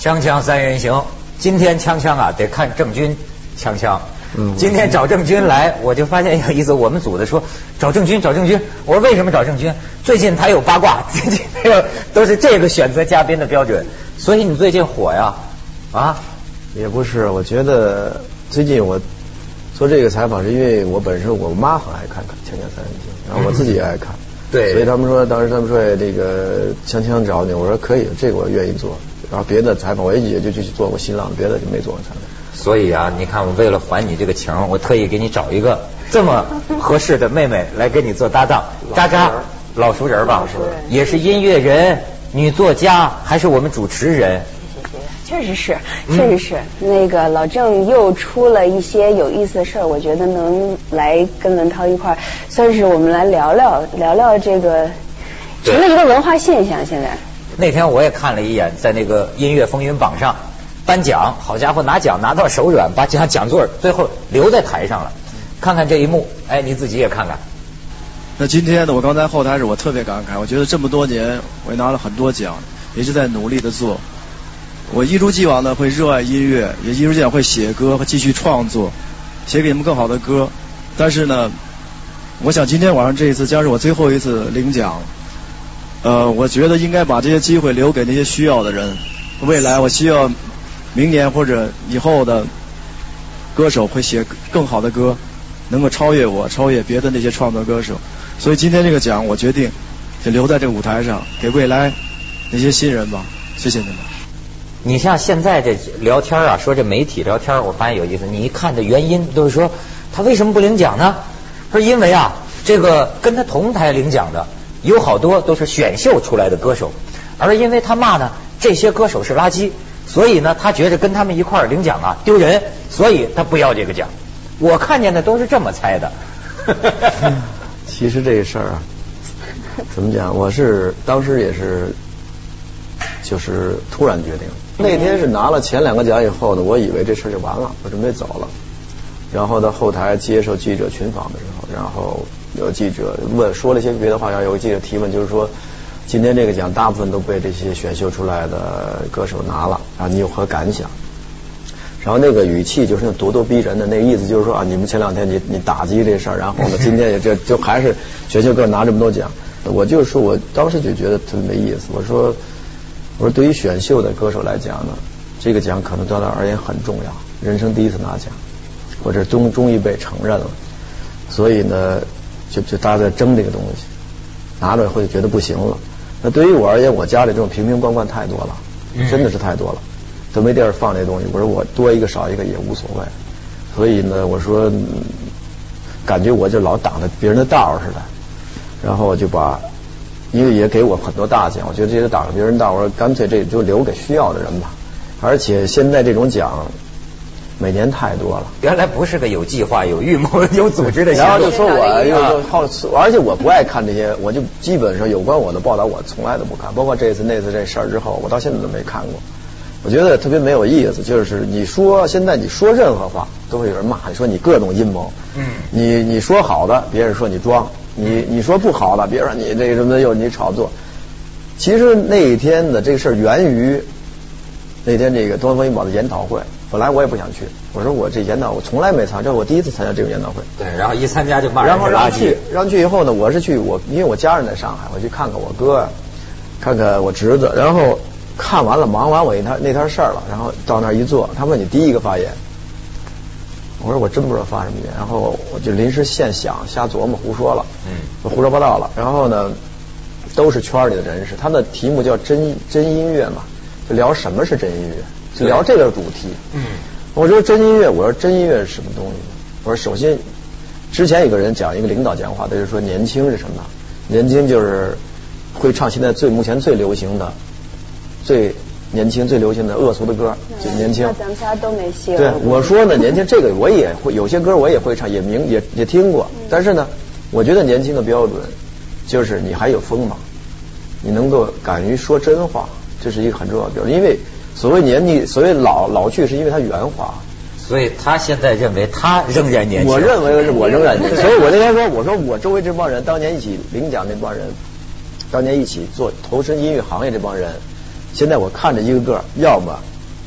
锵锵三人行，今天锵锵啊得看郑钧锵锵。今天找郑钧来，我就发现有意思。我们组的说找郑钧，找郑钧。我说为什么找郑钧？最近他有八卦，最近都是这个选择嘉宾的标准。所以你最近火呀？啊？ 也不是，我觉得最近我做这个采访是因为我本身我妈很爱看锵锵三人行，然后我自己也爱看。 对。 所以他们说，当时他们说这个锵锵找你，我说可以，这个我愿意做。然后别的采访我也就去做过新浪，别的就没做过采访。 所以啊，你看我为了还你这个情，我特意给你找一个这么合适的妹妹来跟你做搭档。渣渣，老熟人吧，也是音乐人、女作家，还是我们主持人。 确实是。那个老郑又出了一些有意思的事儿，我觉得能来跟文涛一块儿，算是我们来聊聊这个成了一个文化现象。现在那天我也看了一眼，在那个音乐风云榜上颁奖，好家伙，拿奖拿到手软，把讲座最后留在台上了。看看这一幕，哎，你自己也看看。 那今天呢，我刚才后台时我特别感慨，我觉得这么多年我也拿了很多奖，一直在努力的做。我一如既往的会热爱音乐，也一如既往会写歌和继续创作，写给你们更好的歌。但是呢，我想今天晚上这一次将是我最后一次领奖。我觉得应该把这些机会留给那些需要的人。未来我希望明年或者以后的歌手会写更好的歌，能够超越我，超越别的那些创作歌手。所以今天这个奖我决定就留在这个舞台上，给未来那些新人吧。谢谢你们。 你像现在这聊天啊，说这媒体聊天，我发现有意思。你一看这原因都是说他为什么不领奖呢？说因为啊，这个跟他同台领奖的有好多都是选秀出来的歌手，而因为他骂呢这些歌手是垃圾，所以呢他觉得跟他们一块儿领奖啊丢人，所以他不要这个奖。我看见的都是这么猜的。 其实这个事儿啊，怎么讲？我是当时也是就是突然决定。那天是拿了前2个奖以后呢，我以为这事儿就完了，我准备走了。然后到后台接受记者群访的时候，然后有记者说了一些别的话，然后有个记者提问，就是说今天这个奖大部分都被这些选秀出来的歌手拿了啊，你有何感想？然后那个语气就是那咄咄逼人的，那个意思就是说啊，你们前2天你打击这事儿，然后呢今天也就还是选秀歌拿这么多奖。我就是说我当时就觉得特别没意思。我说对于选秀的歌手来讲呢，这个奖可能对他而言很重要，人生第一次拿奖，或者终于被承认了，所以呢就大家在争这个东西，拿了以后就觉得不行了。那对于我而言，我家里这种瓶瓶罐罐太多了，真的是太多了，都没地儿放这东西。我说我多一个少一个也无所谓，所以呢我说感觉我就老挡着别人的道似的，然后我就把因为也给我很多大奖，我觉得这些挡着别人道，我说干脆这就留给需要的人吧。而且现在这种奖每年太多了， 原来不是个有计划、有预谋、有组织的行动。 然后就说我又好，而且我不爱看这些，我就基本上有关我的报道我从来都不看，包括这次那次这事儿之后，我到现在都没看过。我觉得特别没有意思，就是你说现在你说任何话都会有人骂，你说你各种阴谋，你说好的，别人说你装，你说不好的，别人说你这个什么又你炒作。其实那一天的这个事儿源于那天这个东方风云榜的研讨会，本来我也不想去，我说我这研讨我从来没参加，这是我第一次参加这种研讨会。 对，然后一参加就骂人是垃圾。 让去以后呢，我是去因为我家人在上海，我去看看我哥，看看我侄子，然后看完了忙完我那摊事儿了，然后到那儿一坐，他问你第一个发言，我说我真不知道发什么言，然后我就临时现想瞎琢磨胡说了，胡说八道了。然后呢都是圈里的人士，他的题目叫真音乐嘛，就聊什么是真音乐，就聊这个主题。我说真音乐，我说真音乐是什么东西？我说首先之前有个人讲一个领导讲话，他就说年轻是什么？年轻就是会唱现在目前最流行的最年轻最流行的恶俗的歌，就年轻。 那咱们仨都没戏了。 对，我说呢，年轻这个我也会，有些歌我也会唱，也听过。但是呢，我觉得年轻的标准就是你还有锋芒，你能够敢于说真话，这是一个很重要的标准。因为所谓老去，是因为它圆滑。 所以他现在认为他仍然年轻。 我认为是我仍然年轻。所以我那天说，我说我周围这帮人，当年一起领奖那帮人，当年一起投身音乐行业这帮人。现在我看着一个个，要么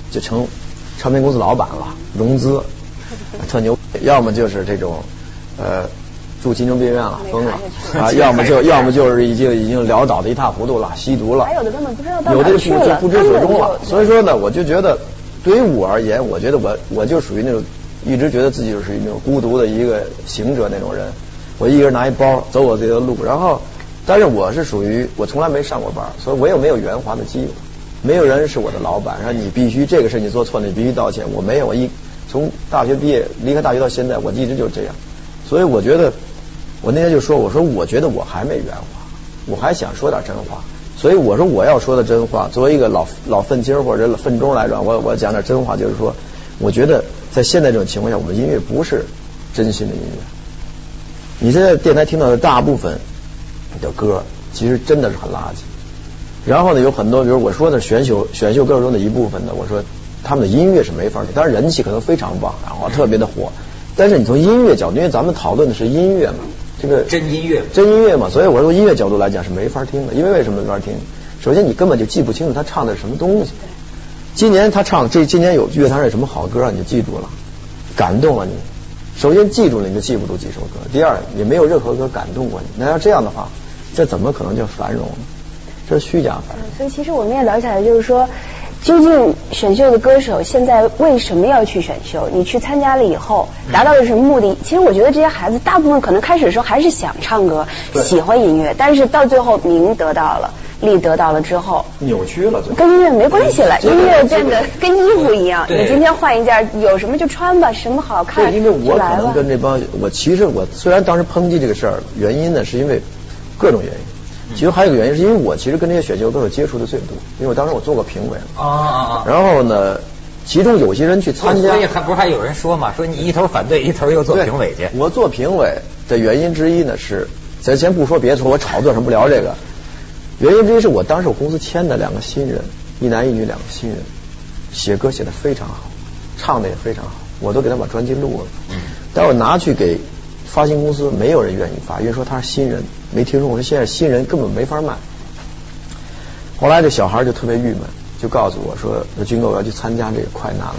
就成唱片公司老板了，融资特牛，要么就是这种住精神病院了，疯了啊，要么就是已经潦倒的一塌糊涂了，吸毒了， 还有的根本不知道到有的哪去了， 不知所终了。所以说呢，我就觉得对于我而言，我觉得我就属于那种一直觉得自己就是那种孤独的一个行者那种人，我一个人拿一包走我自己的路，然后但是我是属于我从来没上过班，所以我也没有圆滑的机会，没有人是我的老板，说你必须这个事你做错了你必须道歉，我没有，我从大学毕业离开大学到现在我一直就是这样，所以我觉得我那天就说我说我觉得我还没圆滑，我还想说点真话，所以我说我要说的真话，作为一个老愤青或者愤中来讲，我讲点真话，就是说我觉得在现在这种情况下，我们音乐不是真心的音乐。你现在电台听到的大部分的歌其实真的是很垃圾，然后呢有很多比如我说的选秀歌手中的一部分的，我说他们的音乐是没法听，当然人气可能非常棒，然后特别的火，但是你从音乐角度，因为咱们讨论的是音乐嘛，这个真音乐嘛，所以我说音乐角度来讲是没法听的，因为什么没法听？首先你根本就记不清楚他唱的是什么东西。今年他唱今年有乐坛上有什么好歌你就记住了，感动了你。首先记住了你就记不住几首歌，第二也没有任何歌感动过你。那要这样的话，这怎么可能叫繁荣呢？这是虚假繁荣。 所以其实我们也聊起来，就是说，究竟选秀的歌手现在为什么要去选秀？你去参加了以后，达到了什么目的？其实我觉得这些孩子大部分可能开始的时候还是想唱歌，喜欢音乐，但是到最后名得到了。力得到了之后， 扭曲了， 跟音乐没关系了，音乐变得跟衣服一样，你今天换一件，有什么就穿吧，什么好看因为我可能跟这帮其实我虽然当时抨击这个事儿，原因呢是因为各种原因，其实还有一个原因是因为我其实跟这些选秀歌手接触的最多，因为我当时我做过评委然后呢，其中有些人去参加， 所以还有人说嘛，说你一头反对，一头又做评委去。 我做评委的原因之一呢是，咱先不说别的，说我炒作什么不聊这个。原因之一是我当时我公司签的2个新人，一男一女2个新人，写歌写得非常好，唱得也非常好，我都给他把专辑录了。但我拿去给发行公司，没有人愿意发，因为说他是新人，没听说过，现在新人根本没法卖。后来这小孩就特别郁闷，就告诉我说：“军哥，我要去参加这个快男了。”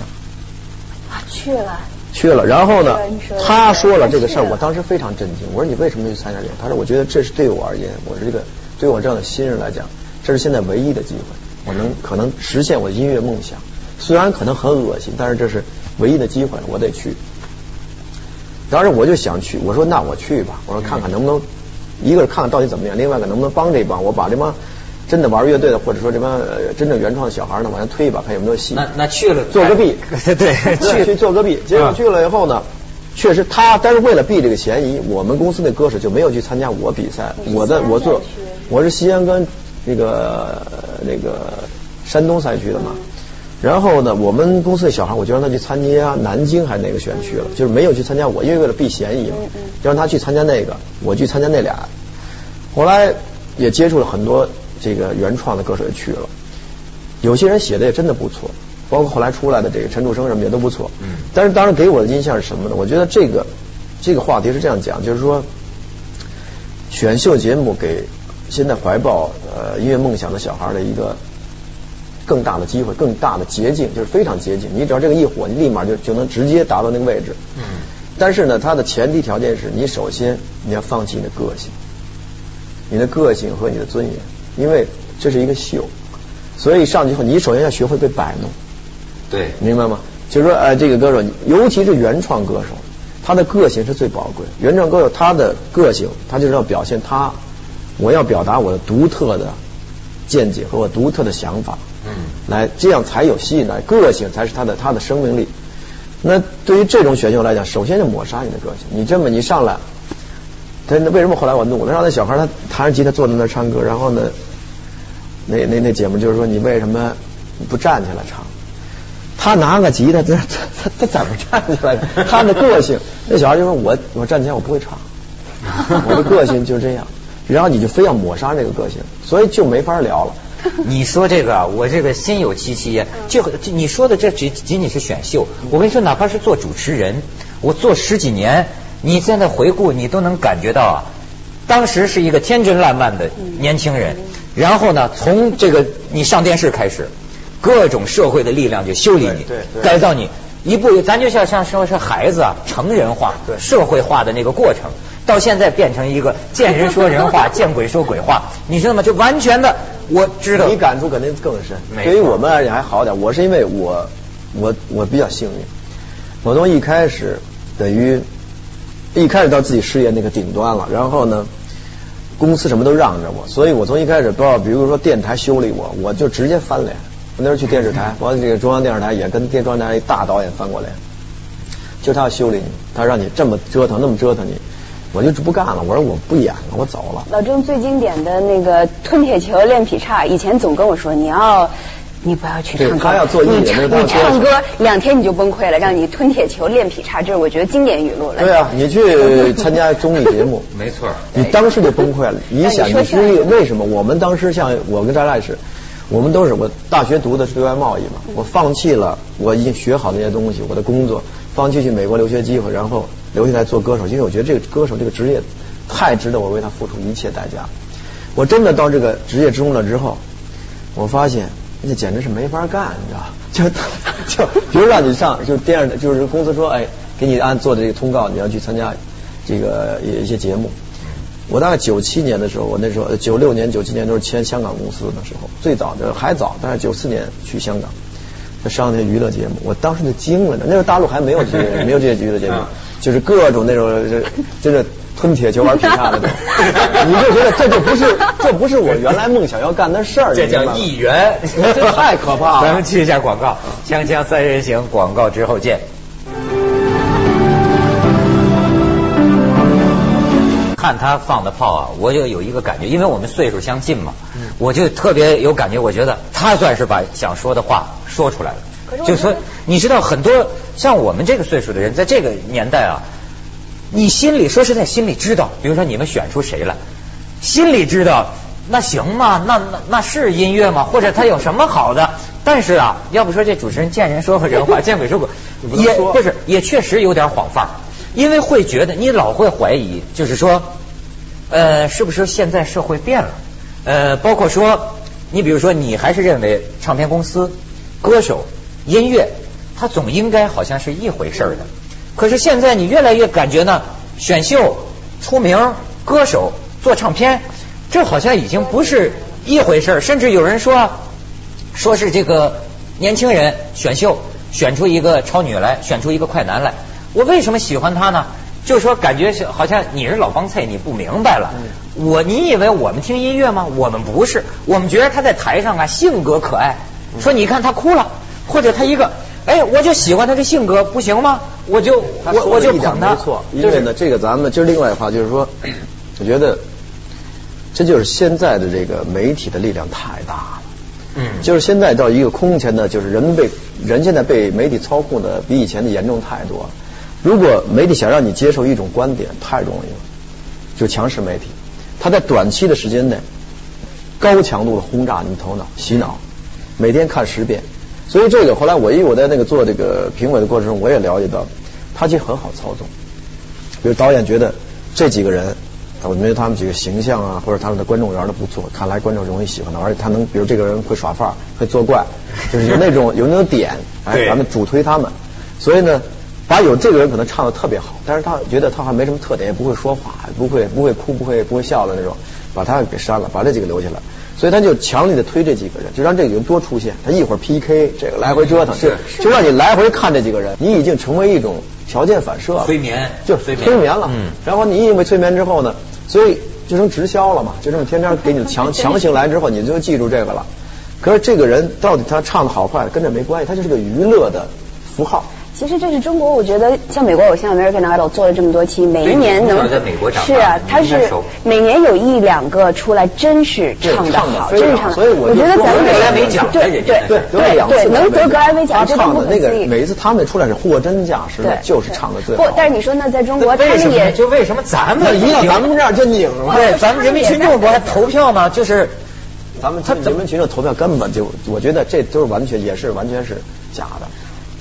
去了，然后呢，他说了这个事儿，我当时非常震惊。我说：“你为什么去参加这个？”他说：“我觉得这是对我而言，我是这个。”对我这样的新人来讲，这是现在唯一的机会，我可能实现我的音乐梦想。虽然可能很恶心，但是这是唯一的机会，我得去。当时我就想去，我说那我去吧，我说看看能不能，一个是看看到底怎么样，另外一个能不能帮这帮我把这帮真的玩乐队的，或者说这帮真正原创的小孩呢往上推一把，看有没有戏。 那去了做个弊， 对， 去做个弊。结果去了以后呢？确实但是为了避这个嫌疑，我们公司那歌手就没有去参加我比赛。我是西安跟那个山东赛区的嘛。然后呢，我们公司的小孩我就让他去参加南京还是哪个选区了，就是没有去参加我，因为为了避嫌疑嘛，就让他去参加那个，我去参加那俩。后来也接触了很多这个原创的歌手也去了，有些人写的也真的不错。包括后来出来的这个陈楚生什么也都不错，但是当然给我的印象是什么呢？我觉得这个话题是这样讲，就是说选秀节目给现在怀抱音乐梦想的小孩的一个更大的机会，更大的捷径，就是非常捷径。你只要这个一火，你立马就能直接达到那个位置。但是呢，它的前提条件是你首先你要放弃你的个性，你的个性和你的尊严，因为这是一个秀，所以上去以后你首先要学会被摆弄。 对， 明白吗？就是说，这个歌手，尤其是原创歌手，他的个性是最宝贵。原创歌手他的个性，他就是要表现我要表达我的独特的见解和我独特的想法，来这样才有吸引力，个性才是他的生命力。那对于这种选秀来讲，首先就抹杀你的个性。你上来，为什么后来我怒了？让那小孩他弹着吉他坐在那唱歌，然后呢，那节目就是说你为什么不站起来唱？他拿个吉他，他怎么站起来？他的个性，那小孩就说我站起来我不会唱，我的个性就这样。然后你就非要抹杀这个个性，所以就没法聊了。 你说这个，我这个心有戚戚。就你说的这仅仅是选秀，我跟你说，哪怕是做主持人，我做10几年，你现在回顾，你都能感觉到啊，当时是一个天真烂漫的年轻人，然后呢，从这个你上电视开始。 各种社会的力量就修理你，改造你。一步，咱就像说是孩子啊，成人化、社会化的那个过程，到现在变成一个见人说人话，见鬼说鬼话，你知道吗？就完全的，我知道你感触肯定更深。对于我们而言还好点，我是因为我比较幸运，我从一开始等于一开始到自己事业那个顶端了，然后呢，公司什么都让着我，所以我从一开始比如说电台修理我就直接翻脸。我那时候去电视台，我这个中央电视台也跟中央电视台一大导演翻过来，就他要修理你，他让你这么折腾那么折腾你，我就不干了，我说我不演了，我走了。 老郑最经典的那个吞铁球练劈叉，以前总跟我说你不要去唱歌， 他要做艺人， 你唱歌2天你就崩溃了，让你吞铁球练劈叉，这是我觉得经典语录了。 对啊，你去参加综艺节目， 没错， 你当时就崩溃了。你想，你是为什么？我们当时像我跟张大师。我们都是我大学读的是对外贸易嘛，我放弃了我已经学好那些东西，我的工作，放弃去美国留学机会，然后留下来做歌手，因为我觉得这个歌手这个职业太值得我为他付出一切代价。我真的到这个职业中了之后，我发现那简直是没法干，你知道？就比如让你上，就电视就是公司说，哎，给你按做的这个通告，你要去参加这个一些节目。我大概97年的时候，我那时候96年、97年都是签香港公司的时候，最早的还早，但是94年去香港，上那些娱乐节目，我当时就惊了呢。那时候大陆还没有这些娱乐节目，就是各种那种真的吞铁球玩劈叉的那种，你就觉得这不是我原来梦想要干的事儿， 这叫艺员， 这太可怕了。 咱们去一下广告，锵锵三人行广告之后见。看他放的炮啊，我就有一个感觉，因为我们岁数相近嘛，我就特别有感觉。我觉得他算是把想说的话说出来了。就说你知道，很多像我们这个岁数的人，在这个年代啊，你心里说实在心里知道，比如说你们选出谁来，心里知道那行吗？那是音乐吗？或者他有什么好的？但是啊，要不说这主持人见人说人话，见鬼说鬼，也确实有点晃范儿。因为会觉得你老会怀疑，就是说，是不是现在社会变了？包括说，你比如说，你还是认为唱片公司、歌手、音乐，它总应该好像是一回事的。可是现在你越来越感觉呢，选秀、出名、歌手、做唱片，这好像已经不是一回事。甚至有人说是这个年轻人选秀选出一个超女来，选出一个快男来。我为什么喜欢他呢？就是说感觉好像你是老帮菜，你不明白了。你以为我们听音乐吗？我们不是，我们觉得他在台上啊性格可爱。说你看他哭了，或者他一个，我就喜欢他的性格，不行吗？我就捧他。 没错，因为呢，这个咱们就是另外一话，就是说，我觉得这就是现在的这个媒体的力量太大了。就是现在到一个空前的，就是人现在被媒体操控的比以前的严重太多了。如果媒体想让你接受一种观点，太容易了，就强势媒体，他在短期的时间内高强度的轰炸你头脑，洗脑，每天看10遍。所以这个后来我在那个做这个评委的过程中，我也了解到，他其实很好操纵。比如导演觉得这几个人，我觉得他们几个形象啊，或者他们的观众缘都不错，看来观众容易喜欢他，而且他能，比如这个人会耍范儿，会作怪，就是有那种点，咱们主推他们。所以呢，把有这个人可能唱得特别好，但是他觉得他还没什么特点，也不会说话，不会哭，不会笑的那种，把他给删了，把这几个留下来。所以他就强力的推这几个人，就让这个人多出现。他一会儿 PK， 这个来回折腾，就让你来回看这几个人，你已经成为一种条件反射了， 催眠， 就催眠了。然后你因为催眠之后呢，所以就成直销了嘛，就这么天天给你强行来之后，你就记住这个了。可是这个人到底他唱的好坏跟这没关系，他就是个娱乐的符号。 其实这是中国，我觉得像美国偶像 American Idol 做了这么多期，每一年能在美国长大， 是啊，他是每年有1-2个出来，真是唱得好，真是唱得好。 所以我觉得咱们格莱美奖， 对，能得格莱美奖， 唱的那个每一次他们出来是货真价实的，就是唱的最好。 不，但是你说那在中国，他们也就为什么咱们一样，咱们这样就拧了。 对，咱们人民群众不还投票吗？就是咱们人民群众投票根本就，我觉得这都是完全是假的。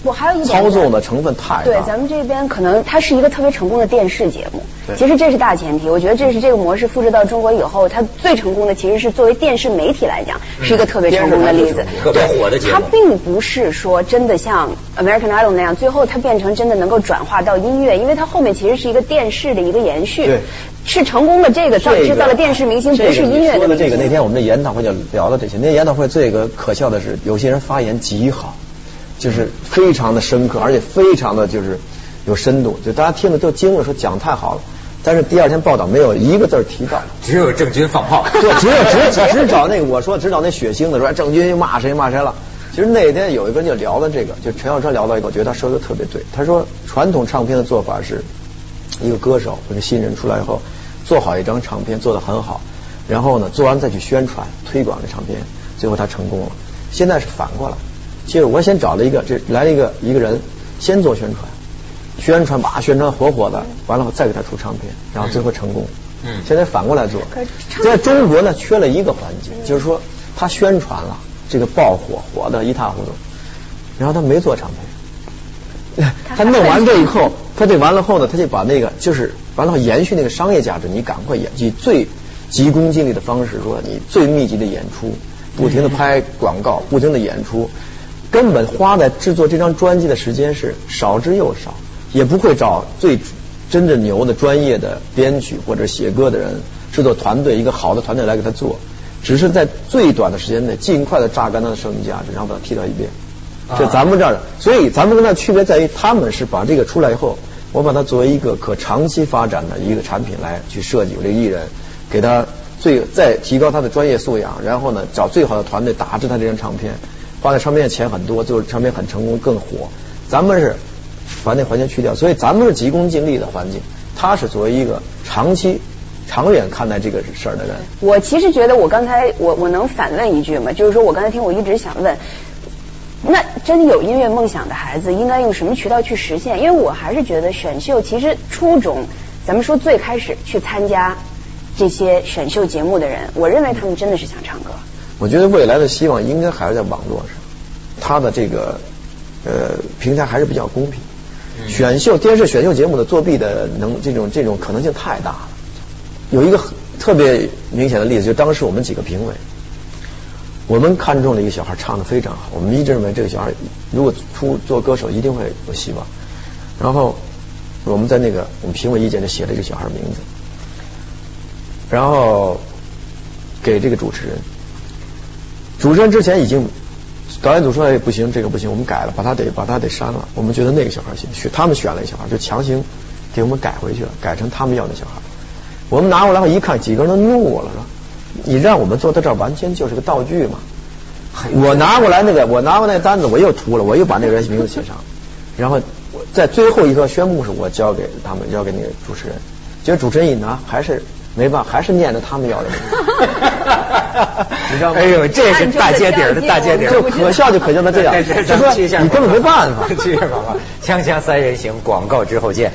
我还有一点操纵的成分太大。 对，咱们这边可能它是一个特别成功的电视节目，其实这是大前提。我觉得这是这个模式复制到中国以后，它最成功的其实是作为电视媒体来讲，是一个特别成功的例子， 特别火的节目。 它并不是说真的像 American Idol 那样，最后它变成真的能够转化到音乐，因为它后面其实是一个电视的一个延续。 对。 是成功的这个制造了电视明星，不是音乐的明星。 这个那天我们的研讨会就聊了这些。那天研讨会最可笑的是，有些人发言极好，就是非常的深刻，而且非常的就是有深度，就大家听了都惊了，说讲太好了。但是第二天报道没有一个字提到， 只有郑钧放炮。 对，只找那个我说只找那血腥的说郑钧又骂谁了。其实那天有一个人就聊到这个，就陈小春聊到一个，我觉得他说的特别对。他说传统唱片的做法是一个歌手一个新人出来以后，做好一张唱片做得很好，然后呢做完再去宣传推广这唱片，最后他成功了。现在是反过来，其实我先找了一个来了一个人先做宣传把宣传火的，完了再给他出唱片，然后最后成功。现在反过来做，在中国呢缺了一个环节，就是说他宣传了这个爆火的一塌糊涂，然后他没做唱片。他弄完这以后，他这完了后呢，他就把那个就是完了后延续那个商业价值，你赶快以最急功近利的方式，说你最密集的演出，不停的拍广告，不停的演出，根本花在制作这张专辑的时间是少之又少，也不会找最真正牛的专业的编曲或者写歌的人，制作团队一个好的团队来给他做，只是在最短的时间内尽快的榨干他的生命价值，然后把它替到一边。这咱们这儿，所以咱们跟他区别在于，他们是把这个出来以后，我把它作为一个可长期发展的一个产品来去设计。我这个艺人给他再提高他的专业素养，然后呢找最好的团队打制他这张唱片，花在唱片钱很多，最后唱片很成功更火。咱们是把那环节去掉，所以咱们是急功近利的环境，他是作为一个长远看待这个事儿的人。 我其实觉得我刚才我能反问一句吗？就是说我刚才听我一直想问，那真有音乐梦想的孩子应该用什么渠道去实现？因为我还是觉得选秀其实初衷，咱们说最开始去参加这些选秀节目的人，我认为他们真的是想唱歌。 我觉得未来的希望应该还是在网络上，他的这个平台还是比较公平。电视选秀节目的作弊的这种可能性太大了。有一个特别明显的例子，就是当时我们几个评委，我们看中了一个小孩唱得非常好，我们一直认为这个小孩如果做歌手一定会有希望。然后我们在我们评委意见就写了一个小孩名字，然后给这个主持人之前已经导演组说不行，这个不行，我们改了，把他得删了。我们觉得那个小孩行，他们选了一个小孩，就强行给我们改回去了，改成他们要的小孩。我们拿过来后一看，几个人都怒了，说你让我们做到这儿完全就是个道具嘛。我拿过来那个单子我又涂了，我又把那个人名字写上，然后在最后一个宣布时我交给那个主持人，结果主持人一拿还是没办法，还是念着他们要的名字。你知道吗？ 哎呦，这是大揭底儿的大揭底儿， 就可笑就这样，就说你根本没办法。 去一下广告，锵锵三人行，广告之后见。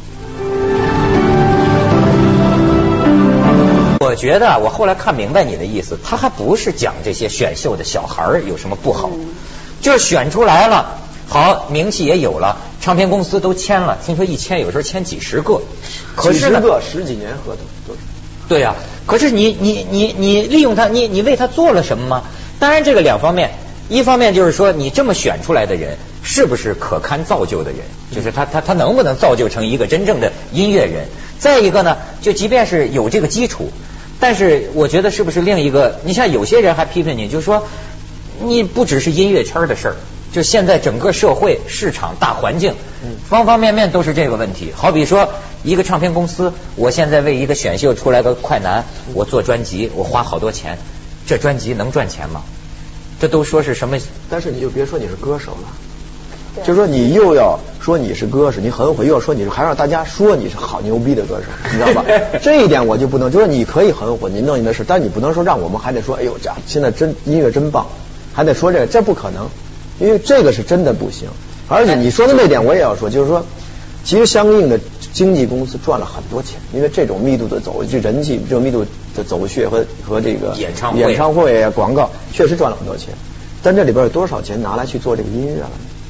我觉得我后来看明白你的意思，他还不是讲这些选秀的小孩有什么不好，就是选出来了，好名气也有了，唱片公司都签了，听说一签有时候签几十个，可是呢十几年合同都是。 对呀，可是你利用他，你为他做了什么吗？当然这个两方面，一方面就是说你这么选出来的人是不是可堪造就的人，就是他能不能造就成一个真正的音乐人。再一个呢，就即便是有这个基础，但是我觉得是不是另一个，你像有些人还批评你，就是说你不只是音乐圈的事儿，就现在整个社会市场大环境方方面面都是这个问题。好比说一个唱片公司，我现在为一个选秀出来个快男，我做专辑，我花好多钱，这专辑能赚钱吗？这都说是什么？ 但是你就别说你是歌手了，就是说你又要说你是歌手，你很火，又要说你是，还让大家说你是好牛逼的歌手，你知道吧？这一点我就不能，就是你可以很火，你弄你的事，但你不能说让我们还得说，哎呦，这现在音乐真棒，还得说这不可能，因为这个是真的不行。而且你说的那点我也要说，就是说，其实相应的经纪公司赚了很多钱，因为这种密度的人气，这种密度的走穴和这个演唱会广告确实赚了很多钱，但这里边有多少钱拿来去做这个音乐了？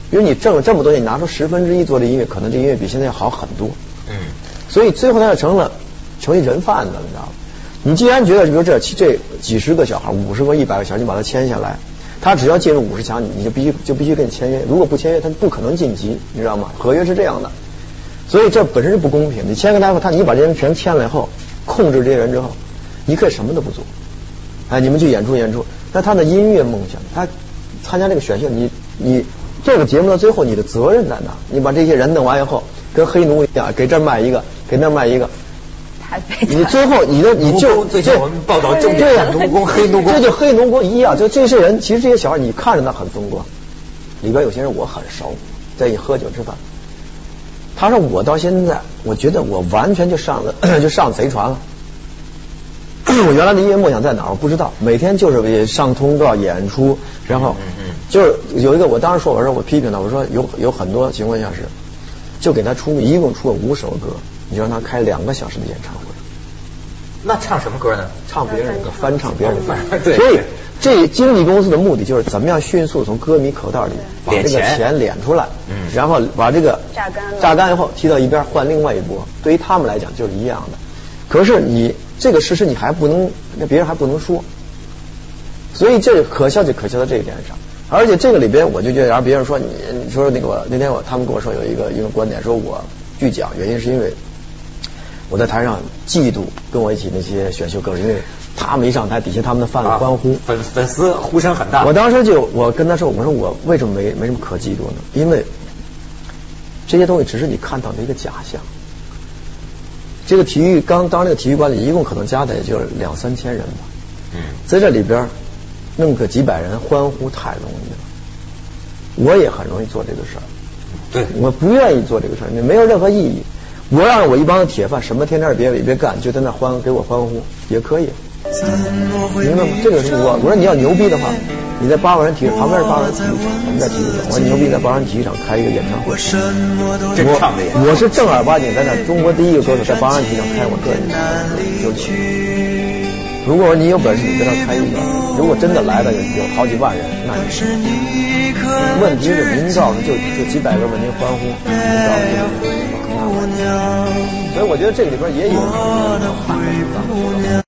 比如你挣了这么多钱，你拿出1/10做这音乐，可能这音乐比现在要好很多。所以最后他就成一人贩子，你知道吗？你既然觉得，比如这几十个小孩，50个、100个小孩，你把他签下来，他只要进入50强，你就必须跟你签约。如果不签约，他不可能晋级，你知道吗？合约是这样的，所以这本身是不公平。你签个大夫，你把这些人全签了以后，控制这些人之后，你可以什么都不做，哎，你们去演出。那他的音乐梦想，他参加这个选秀，你这个节目到最后，你的责任在哪？你把这些人弄完以后，跟黑奴一样，给这儿卖一个，给那儿卖一个。你最后你就最近我们报道重点奴工、黑奴工， 这就黑奴工一样。就这些人，其实这些小孩你看着他很风光，里边有些人我很熟，在一喝酒吃饭。他说我到现在，我觉得我完全就上贼船了。我原来的音乐梦想在哪儿？我不知道。每天就是上通告演出，然后就是有一个，我当时说，我批评他，我说有很多情况下是，就给他一共出了5首歌。你就让他开2个小时的演唱会， 那唱什么歌呢？ 唱别人的歌，翻唱别人的歌。 对， 所以这经纪公司的目的就是怎么样迅速从歌迷口袋里把这个钱敛出来，然后把这个榨干以后踢到一边换另外一波。对于他们来讲就是一样的。可是你这个事实你还不能，那别人还不能说，所以这可笑就可笑在这一点上。而且这个里边我就觉得，然后别人说你说那个那天他们跟我说有一个观点，说我拒讲，原因是因为我在台上嫉妒跟我一起那些选秀歌手，因为他们一上台，底下他们的饭欢呼， 粉丝呼声很大。 我当时我跟他说，我说我为什么没什么可嫉妒呢？因为这些东西只是你看到的一个假象。这个当这个体育馆里一共可能加的也就2-3千人吧，在这里边弄个几百人欢呼太容易了，我也很容易做这个事儿。 对，我不愿意做这个事儿，没有任何意义。我让我一帮铁饭什么天天别干，就在那给我欢呼也可以，明白吗？这个是我说你要牛逼的话，你在8万人体育旁边是8万人体育场，我们在体育场，我说你牛逼在8万人体育场开一个演唱会， 真唱的演唱会， 我是正儿八经在那中国第一个歌手在8万人体育场开我个人演唱会，就是如果你有本事，你在那开一个，如果真的来了有好几万人，那你问题是营造的就几百个问题欢呼，营造的就是所以我觉得这里边也有。